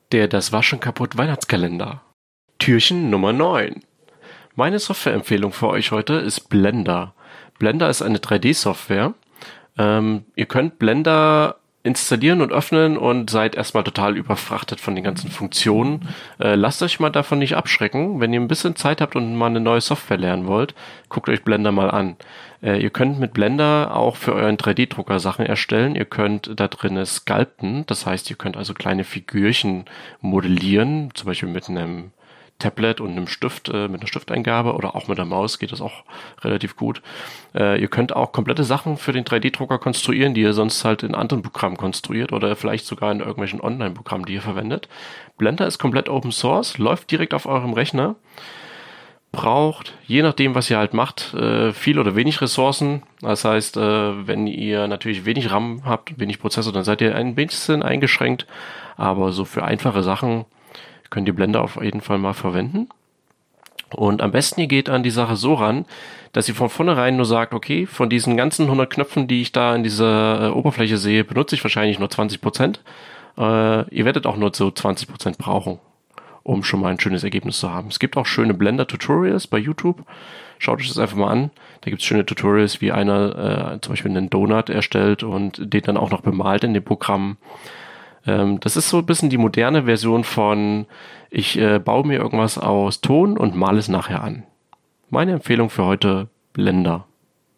Der Das Waschen kaputt Weihnachtskalender. Türchen Nummer 9. Meine Softwareempfehlung für euch heute ist Blender. Blender ist eine 3D-Software. Ihr könnt Blender installieren und öffnen und seid erstmal total überfrachtet von den ganzen Funktionen. Lasst euch mal davon nicht abschrecken. Wenn ihr ein bisschen Zeit habt und mal eine neue Software lernen wollt, guckt euch Blender mal an. Ihr könnt mit Blender auch für euren 3D-Drucker Sachen erstellen. Ihr könnt da drin sculpten. Das heißt, ihr könnt also kleine Figürchen modellieren, zum Beispiel mit einem Tablet und einem Stift, mit einer Stifteingabe oder auch mit der Maus geht das auch relativ gut. Ihr könnt auch komplette Sachen für den 3D-Drucker konstruieren, die ihr sonst halt in anderen Programmen konstruiert oder vielleicht sogar in irgendwelchen Online-Programmen, die ihr verwendet. Blender ist komplett Open Source, läuft direkt auf eurem Rechner, braucht, je nachdem, was ihr halt macht, viel oder wenig Ressourcen. Das heißt, wenn ihr natürlich wenig RAM habt, wenig Prozessor, dann seid ihr ein bisschen eingeschränkt, aber so für einfache Sachen könnt ihr Blender auf jeden Fall mal verwenden. Und am besten ihr geht an die Sache so ran, dass ihr von vornherein nur sagt, okay, von diesen ganzen 100 Knöpfen, die ich da in dieser Oberfläche sehe, benutze ich wahrscheinlich nur 20%. Ihr werdet auch nur so 20% brauchen, um schon mal ein schönes Ergebnis zu haben. Es gibt auch schöne Blender-Tutorials bei YouTube. Schaut euch das einfach mal an. Da gibt es schöne Tutorials, wie einer zum Beispiel einen Donut erstellt und den dann auch noch bemalt in dem Programm. Das ist so ein bisschen die moderne Version von ich baue mir irgendwas aus Ton und male es nachher an. Meine Empfehlung für heute, Blender.